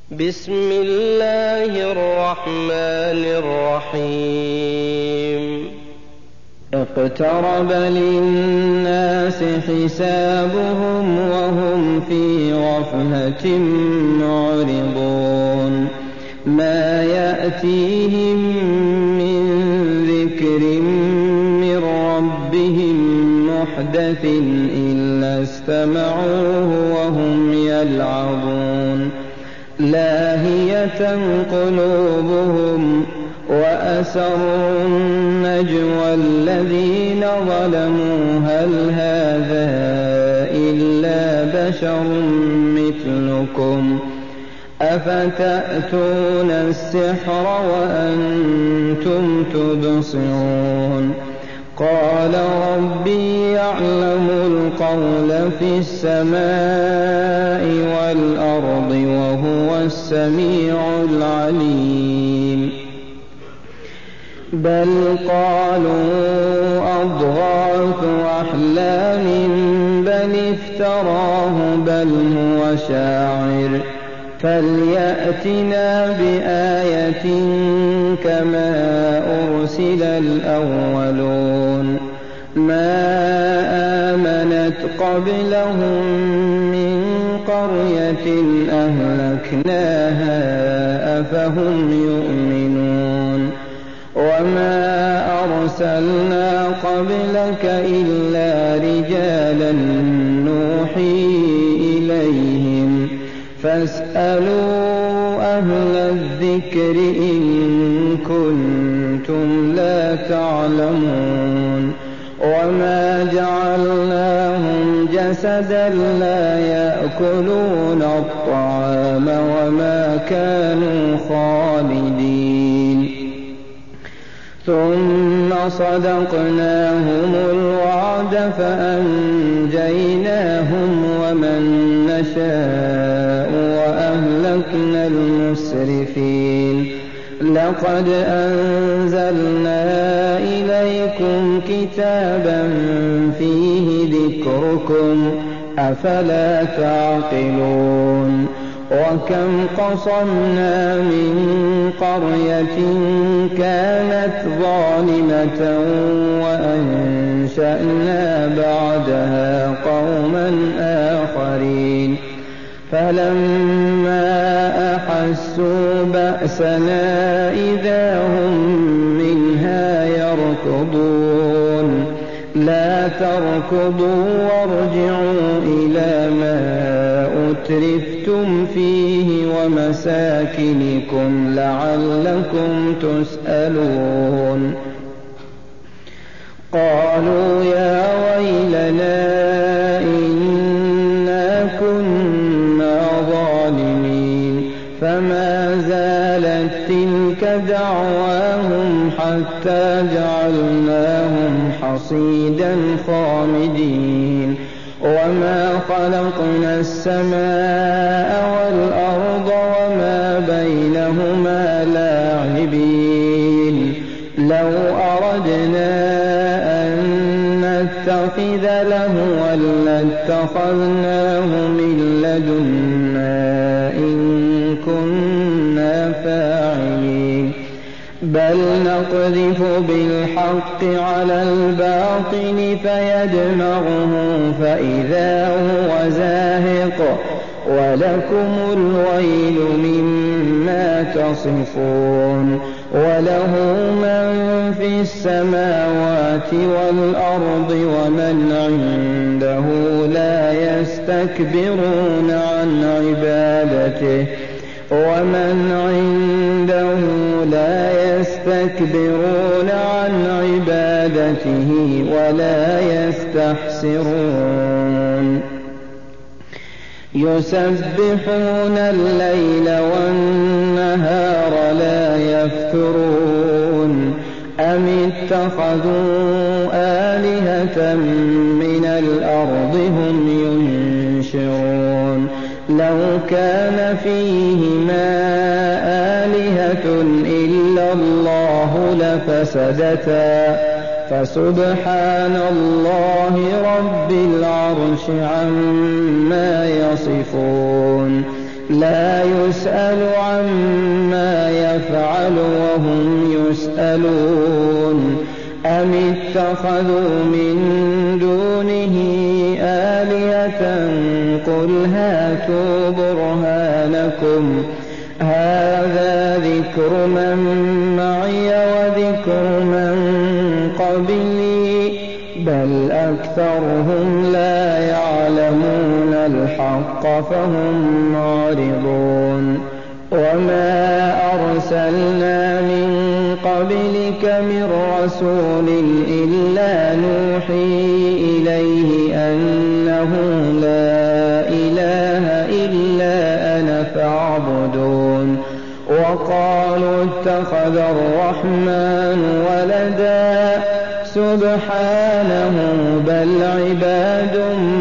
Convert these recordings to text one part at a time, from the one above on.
بسم الله الرحمن الرحيم اقترب للناس حسابهم وهم في غفلة معرضون ما يأتيهم من ذكر من ربهم محدث إلا استمعوه وهم يلعبون لاهية قلوبهم وأسروا النجوى الذين ظلموا هل هذا إلا بشر مثلكم أفتأتون السحر وأنتم تبصرون قال ربي يعلم القول في السماء والأرض وهو السميع العليم بل قالوا أضغاث أحلام بل افتراه بل هو شاعر فليأتنا بآية كما أرسل الأولون ما آمنت قبلهم من قرية أهلكناها أفهم يؤمنون وما أرسلنا قبلك إلا رجالا نوحي إليهم فاسألوا أهل الذكر إن كنتم لا تعلمون وما جعلناهم جسدا لا يأكلون الطعام وما كانوا خالدين ثم صدقناهم الوعد فأنجيناهم ومن نشاء وأهلكنا المسرفين لقد أنزلنا إليكم كتابا فيه ذكركم أفلا تعقلون وكم قصمنا من قرية كانت ظالمة وأنشأنا بعدها قوما آخرين فلما أحسوا بأسنا إذا هم منها يركضون لا تركضوا وارجعوا إلى ما أترفتم فيه ومساكنكم لعلكم تسألون قالوا يا ويلنا إنا كنا ظالمين فما زالت تلك دعواهم حتى جعلناهم حصيدا خامدين وما خلقنا السماء والأرض وما بينهما لاعبين لو أردنا أن نتخذ لهوا لاتخذناه من لدنا إن كنا فاعلين بل نقذف بالحق على الباطل فيدمغه فإذا هو زاهق ولكم الويل مما تصفون وله من في السماوات والأرض ومن عنده لا يستكبرون عن عبادته ولا يستحسرون يسبحون الليل والنهار لا يفترون أم اتخذوا آلهة من الأرض هم ينشرون لو كان فيهما آلهة إلا الله لفسدتا فسبحان الله رب العرش عما يصفون لا يسأل عما يفعل وهم يسألون أم اتخذوا من دونه آلهة قل هاتوا برهانكم هذا ذكر من معي وذكر من قبلي بل أكثرهم لا يعلمون الحق فهم معرضون وما أرسلنا من قبلك من رسول إلا نوحي إليه أنه لا إله إلا أنا فاعبدون وقالوا اتخذ الرحمن ولدا سبحانه بل عباد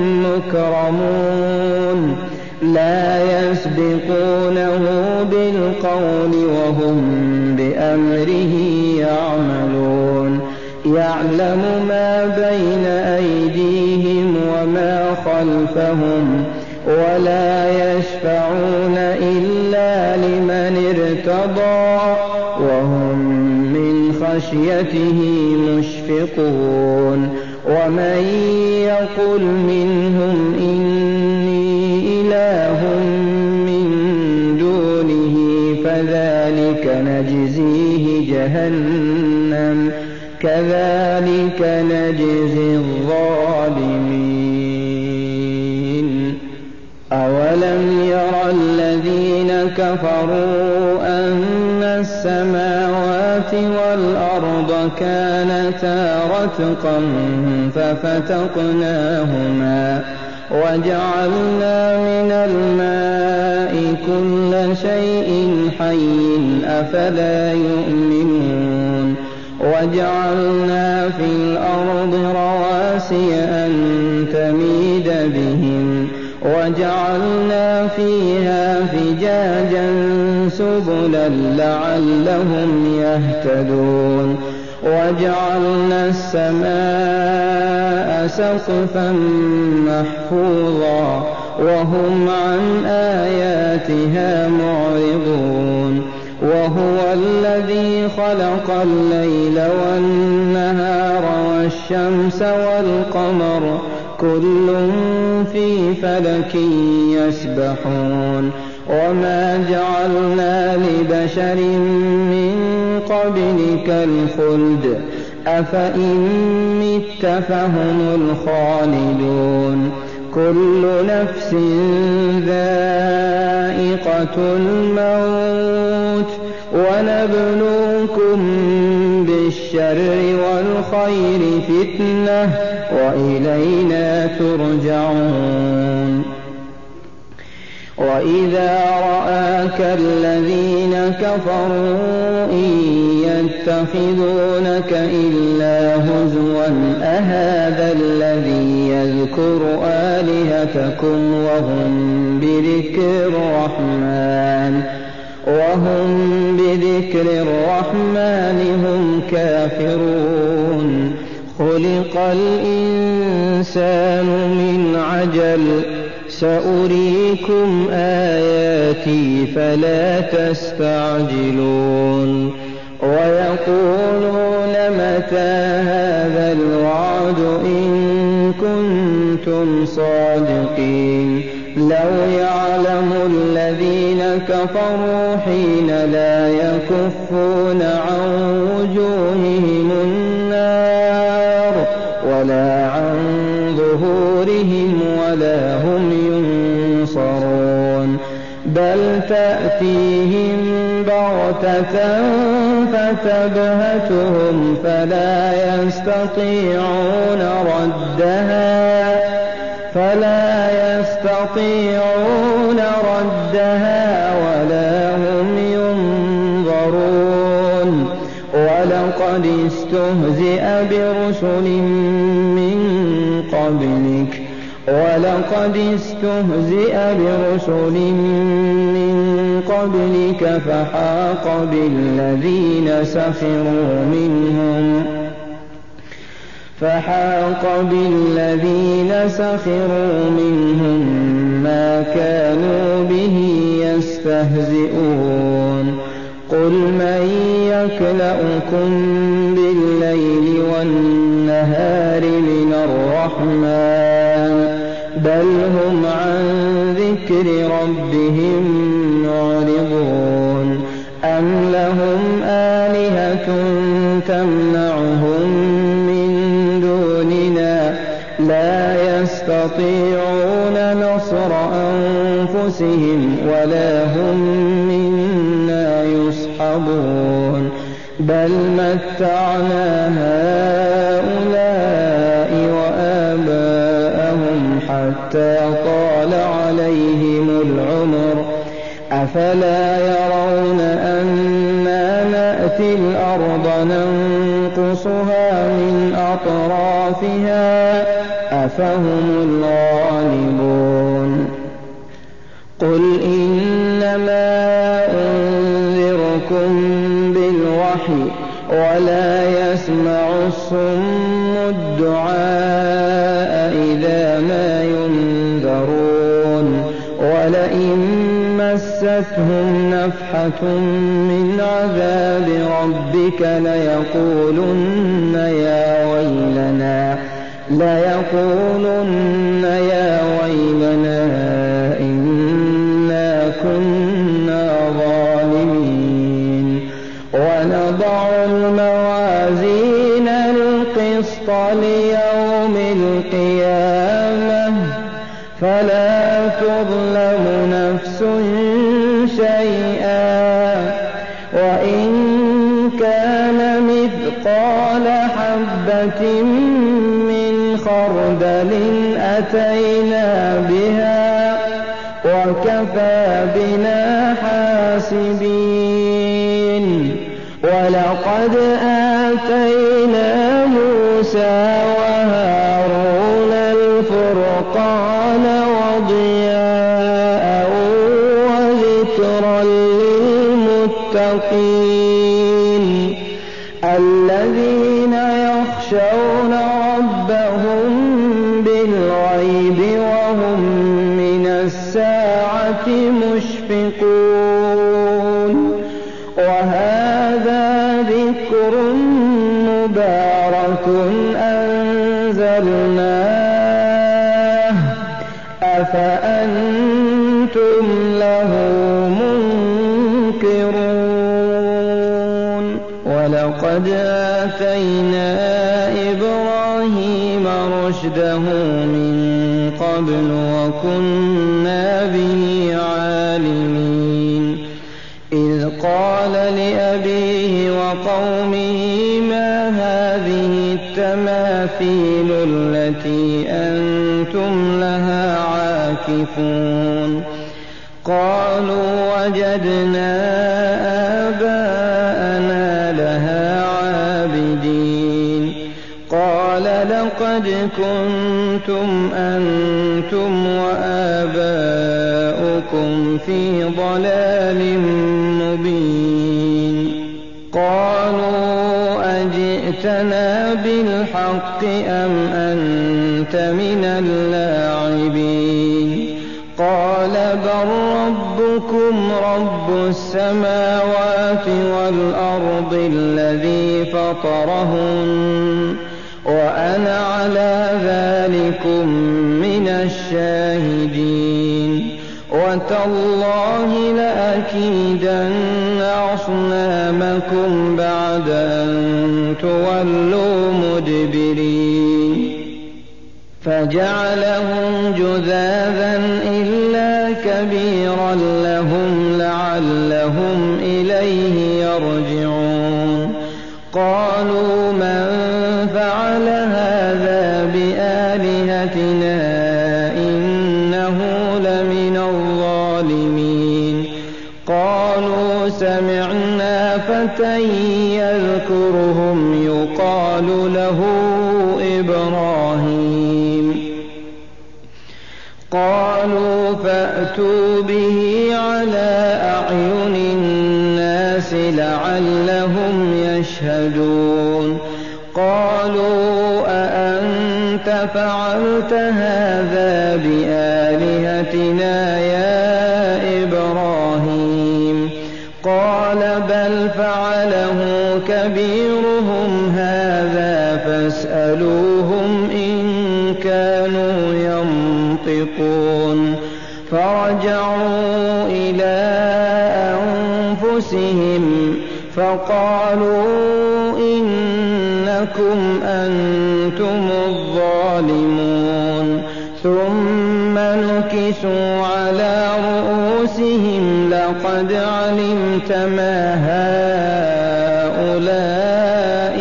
مكرمون لا يسبقونه بالقول وهم بأمره يعملون يعلم ما بين أيديهم وما خلفهم ولا يشفعون إلا لمن ارتضى وهم من خشيته مشفقون ومن يقل منهم إني إله من دونه فذلك نجزيه جهنم كذلك نجزي الظالمين أولم ير الذين كفروا أن السماوات والأرض كانتا رتقا ففتقناهما وجعلنا من الماء كل شيء حي أفلا يؤمنون وجعلنا في الأرض رواسي أن تميد بهم وجعلنا فيها فجاجا سبلا لعلهم يهتدون وجعلنا السماء سقفا محفوظا وهم عن آياتها معرضون وهو الذي خلق الليل والنهار والشمس والقمر كل في فلك يسبحون وما جعلنا لبشر من قبلك الخلد أفإن مت فهم الخالدون كل نفس ذائقة الموت ونبلوكم بالشر والخير فتنة وإلينا ترجعون وإذا رآك الذين كفروا إن يتخذونك إلا هزوا أهذا الذي يذكر آلهتكم وهم بذكر الرحمن هم كافرون خلق الإنسان من عجل سأريكم آياتي فلا تستعجلون ويقولون متى هذا الوعد إن كنتم صادقين لو يعلم الذين كفروا حين لا يكفون عن وجوههم النار ولا عن ظهورهم ولا هم ينصرون بل تأتيهم بغتة فتبهتهم فلا يستطيعون ردها ولا هم ينظرون ولقد استهزئ برسل من قبلك فحاق بالذين سخروا منهم فحاق بالذين سخروا منهم ما كانوا به يستهزئون قل من يكلؤكم بالليل والنهار من الرحمن بل هم عن ذكر ربهم معرضون أم لهم آلهة تمنعهم من دوننا لا يستطيعون نصر أنفسهم ولا هم منا يصحبون بل متعنا هؤلاء وآباءهم حتى طال عليهم العمر أفلا يرون أنا نأتي الأرض ننقصها من أطرافها أفهم الغالبون قل إنما أنذركم بالوحي ولا يسمع الصم الدعاء إذا ما ينذرون ولئن مستهم نفحة من عذاب ربك ليقولن يا ويلنا إنا كنا ظالمين ونضع الموازين القسط ليوم القيامة فلا تظلم نفس شيئا وإن كان مثقال حبة من خردل أتينا بها وكفى بنا حاسبين ولقد آتينا موسى وهارون الفرقان وضياء وذكرا للمتقين الذين يخشون ربهم بالغيب وهم من الساعة مشفقون وهذا ذكر مبارك أنزلناه أفأنتم له منكرون ولقد آتينا إبراهيم رشده من قبل وكنا به عالمين إذ قال لأبيه وقومه ما هذه التماثيل التي أنتم لها عاكفون قالوا وجدنا آباءنا لها عابدين قال لقد كنتم أنتم وآباؤكم في ضلال مبين قالوا أجئتنا بالحق أم أنت من اللاعبين قال بل ربكم رب السماوات والأرض الذي فطرهن وأنا على ذلكم من الشاهدين وتالله لأكيدن أصنامكم بعد أن تولوا مدبرين فجعلهم جذاذا إلا كبيرا لهم لعلهم إليه يرجعون قالوا من فعل هذا بآلهتنا إنه لمن الظالمين قالوا سمعنا فتى يذكرهم يقال له إبراهيم قالوا فأتوا به على أعين الناس لعلهم يشهدون قالوا أأنت فعلت هذا بآلهتنا يا إبراهيم؟ قال بل فعله كبيرهم هذا فاسألوهم إن كانوا ينطقون. فرجعوا إلى أنفسهم فقالوا إنكم أنتم الظالمون. ثم نكسوا على رؤوسهم لقد علمت ما هؤلاء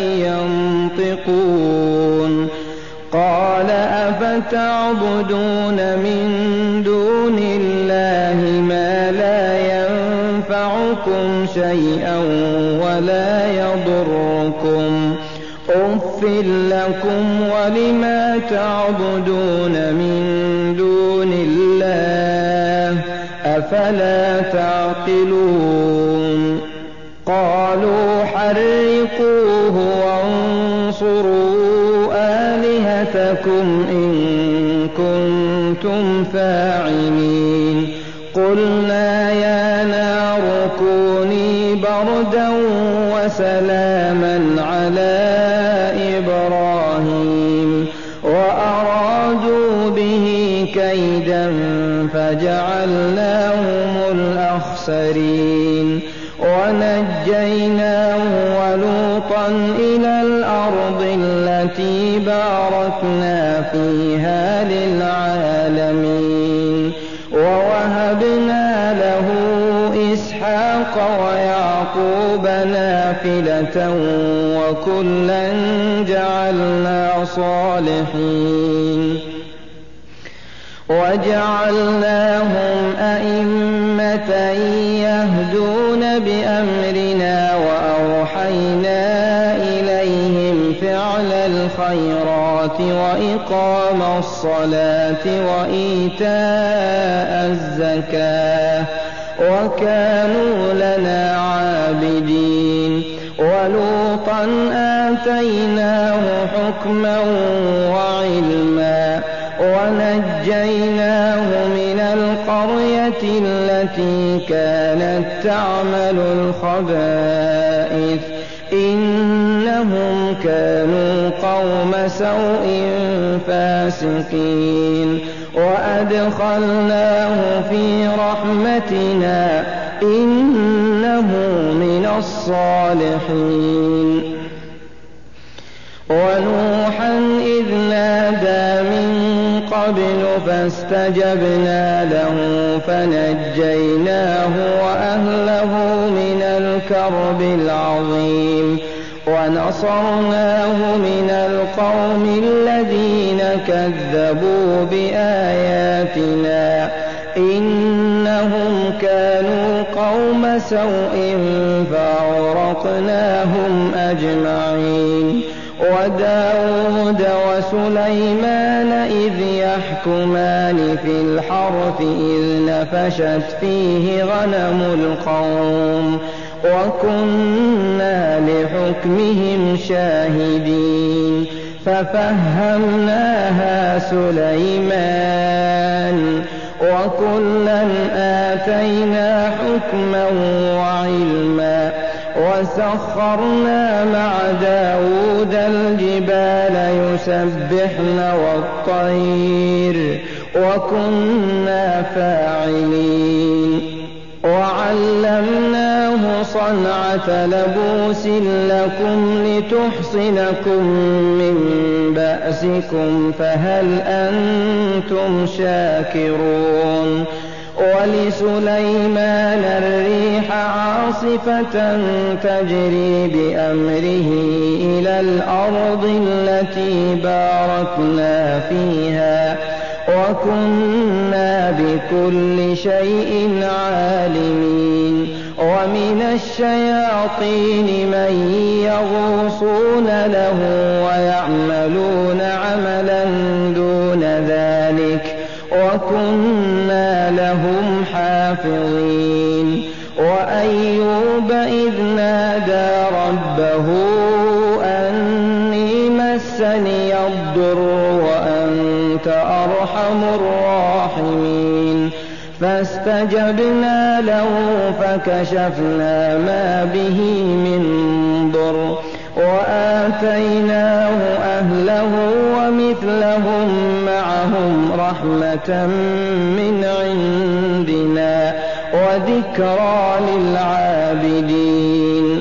ينطقون. قال أفتعبدون من دون الله ما لا ينفعكم شيئا ولا يضركم أف لكم ولما تعبدون من دون الله أفلا تعقلون. قالوا حرقوه وانصروا آلهتكم إن كنتم فاعلين. قلنا يا نار كوني بردا وسلاما على إبراهيم وأرادوا به كيدا فجعلناهم الأخسرين. ونجيناه ولوطا إلى الأرض التي باركنا فيها للعالمين. ووهبنا له إسحاق ويعقوب نافلة وكلا جعلنا صالحين وجعلناهم أئمة يهدون بأمرنا وأوحينا إليهم فعل الخيرات وإقام الصلاة وإيتاء الزكاة وكانوا لنا عابدين. ولوطا آتيناه حكما وعلما ونجيناه من القرية التي كانت تعمل الخبائث إنهم كانوا قوم سوء فاسقين. وأدخلناه في رحمتنا إنه من الصالحين. ونوحا إذ نادى من قبل فاستجبنا له فنجيناه وأهله من الكرب العظيم ونصرناه من القوم الذين كذبوا بآياتنا إنهم كانوا قوم سوء فأغرقناهم أجمعين. وداود وسليمان إذ يحكمان في الحرث إذ نفشت فيه غنم القوم وكنا لحكمهم شاهدين. ففهمناها سليمان وكلا آتينا حكما وعلما. وسخرنا مع داود الجبال يسبحن والطير وكنا فاعلين. وعلمناه صنعة لبوس لكم لتحصنكم من بأسكم فهل أنتم شاكرون. ولسليمان الريح عاصفة تجري بأمره إلى الأرض التي باركنا فيها وكنا بكل شيء عالمين. ومن الشياطين من يغوصون له ويعملون عملا دون ذلك وكنا لهم حافظين. وأيوب إذ نادى ربه أني مسني الضر فاستجبنا له فكشفنا ما به من ضر وآتيناه أهله ومثلهم معهم رحمة من عندنا وذكرى للعابدين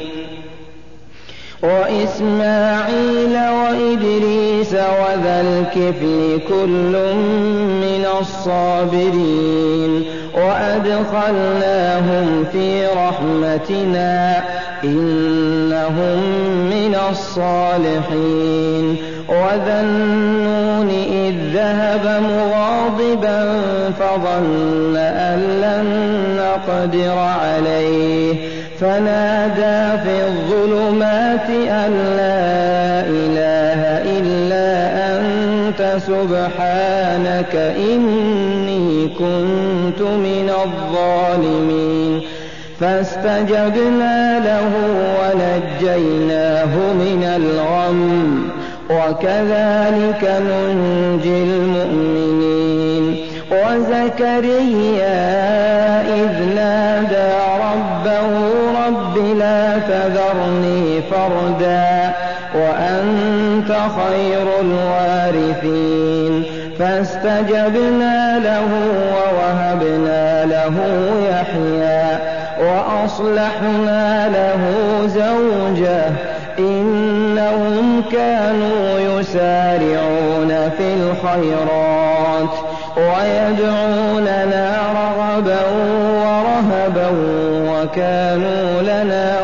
وإسماعيل وإدريس وذا الكفل كل من الصابرين وأدخلناهم في رحمتنا إنهم من الصالحين وذا النون إذ ذهب مغاضبا فظن أن لن نقدر عليه فنادى في الظلمات أن لا إله إلا أنت سبحانك إني كنت من الظالمين فاستجبنا له ونجيناه من الغم وكذلك ننجي المؤمنين وزكريا إذ نادى ربه رب لا تذرني فردا وأنت خير الوارثين فاستجبنا له ووهبنا له يحيى وأصلحنا له زوجه إنهم كانوا يسارعون في الخيرات ويدعوننا رغبا ورهبا وكانوا لنا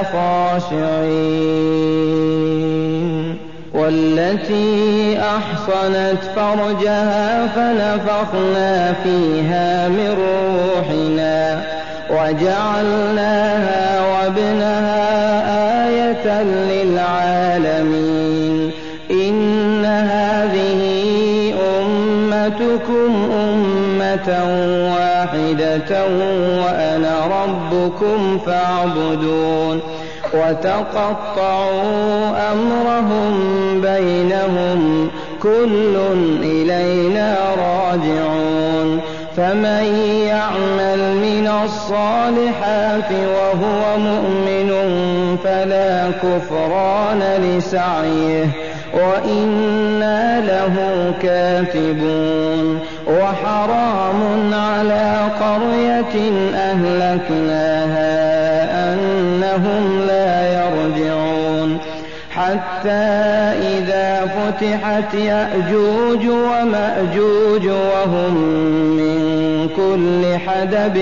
خاشعين والتي أحصنت فرجها فنفخنا فيها من روحنا وجعلناها وابنها آية للعالمين إن هذه أمتكم أمة واحدة وأنا ربكم فاعبدون وتقطعوا أمرهم بينهم كل إلينا راجعون فمن يعمل من الصالحات وهو مؤمن فلا كفران لسعيه وإنا له كاتبون وحرام على قرية أهلكناها أنهم لا يرجعون حتى إذا فتحت يأجوج ومأجوج وهم من كل حدب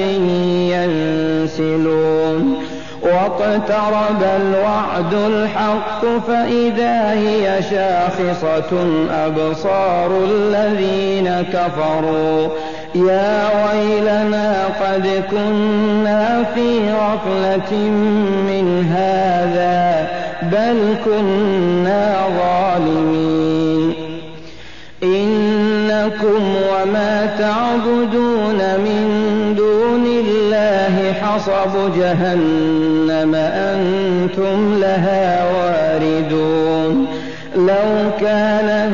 ينسلون واقترب الوعد الحق فإذا هي شاخصة أبصار الذين كفروا يا ويلنا قد كنا في غفلة من هذا بل كنا ظالمين إنكم وما تعبدون من دون الله حصب جهنم أنتم لها واردون لو كان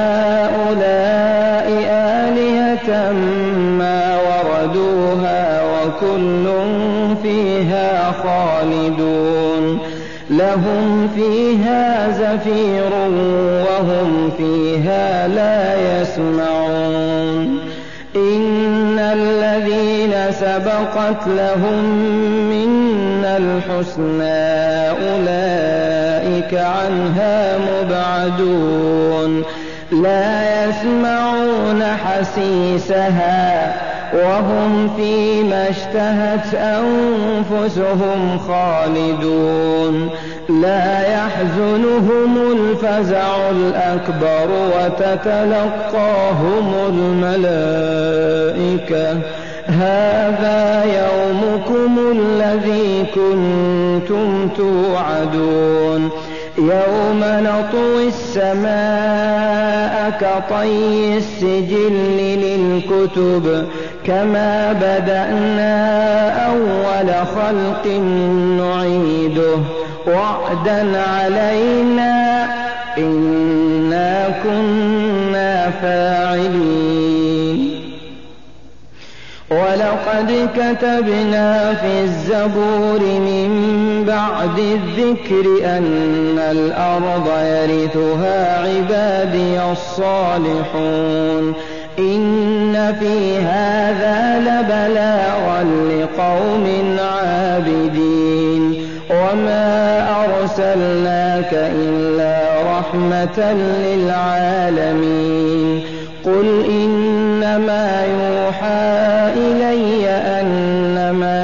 هؤلاء آلهة ما وردوها وكل فيها خالدون لهم فيها زفير وهم فيها لا يسمعون إن الذين سبقت لهم منا الحسنى أولئك عنها مبعدون لا يسمعون حسيسها وهم فيما اشتهت أنفسهم خالدون لا يحزنهم الفزع الأكبر وتتلقاهم الملائكة هذا يومكم الذي كنتم توعدون يوم نطوي السماء كطي السجل للكتب كما بدأنا أول خلق نعيده وعدا علينا إنا كنا فاعلين ولقد كتبنا في الزبور من بعد الذكر أن الأرض يرثها عبادي الصالحون إن في هذا لبلاغا لقوم عابدين وما أرسلناك إلا رحمة للعالمين قل إنما يوحى إلي أنما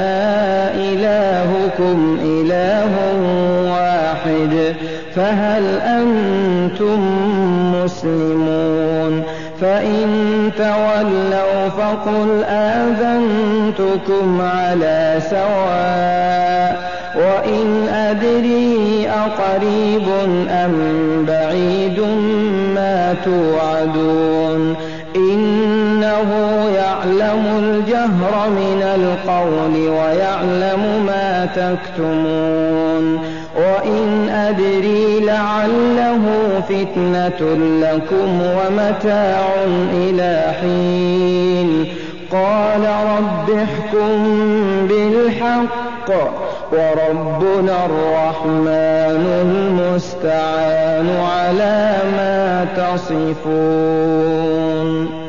إلهكم إله واحد فهل أنتم مسلمون فإن تولوا فقل آذنتكم على سواء وإن أدري أقريب أم بعيد ما توعدون إنه يعلم الجهر من القول ويعلم ما تكتمون وإن أدري لعله فتنة لكم ومتاع إلى حين قال رب احكم بالحق وربنا الرحمن المستعان على ما تصفون.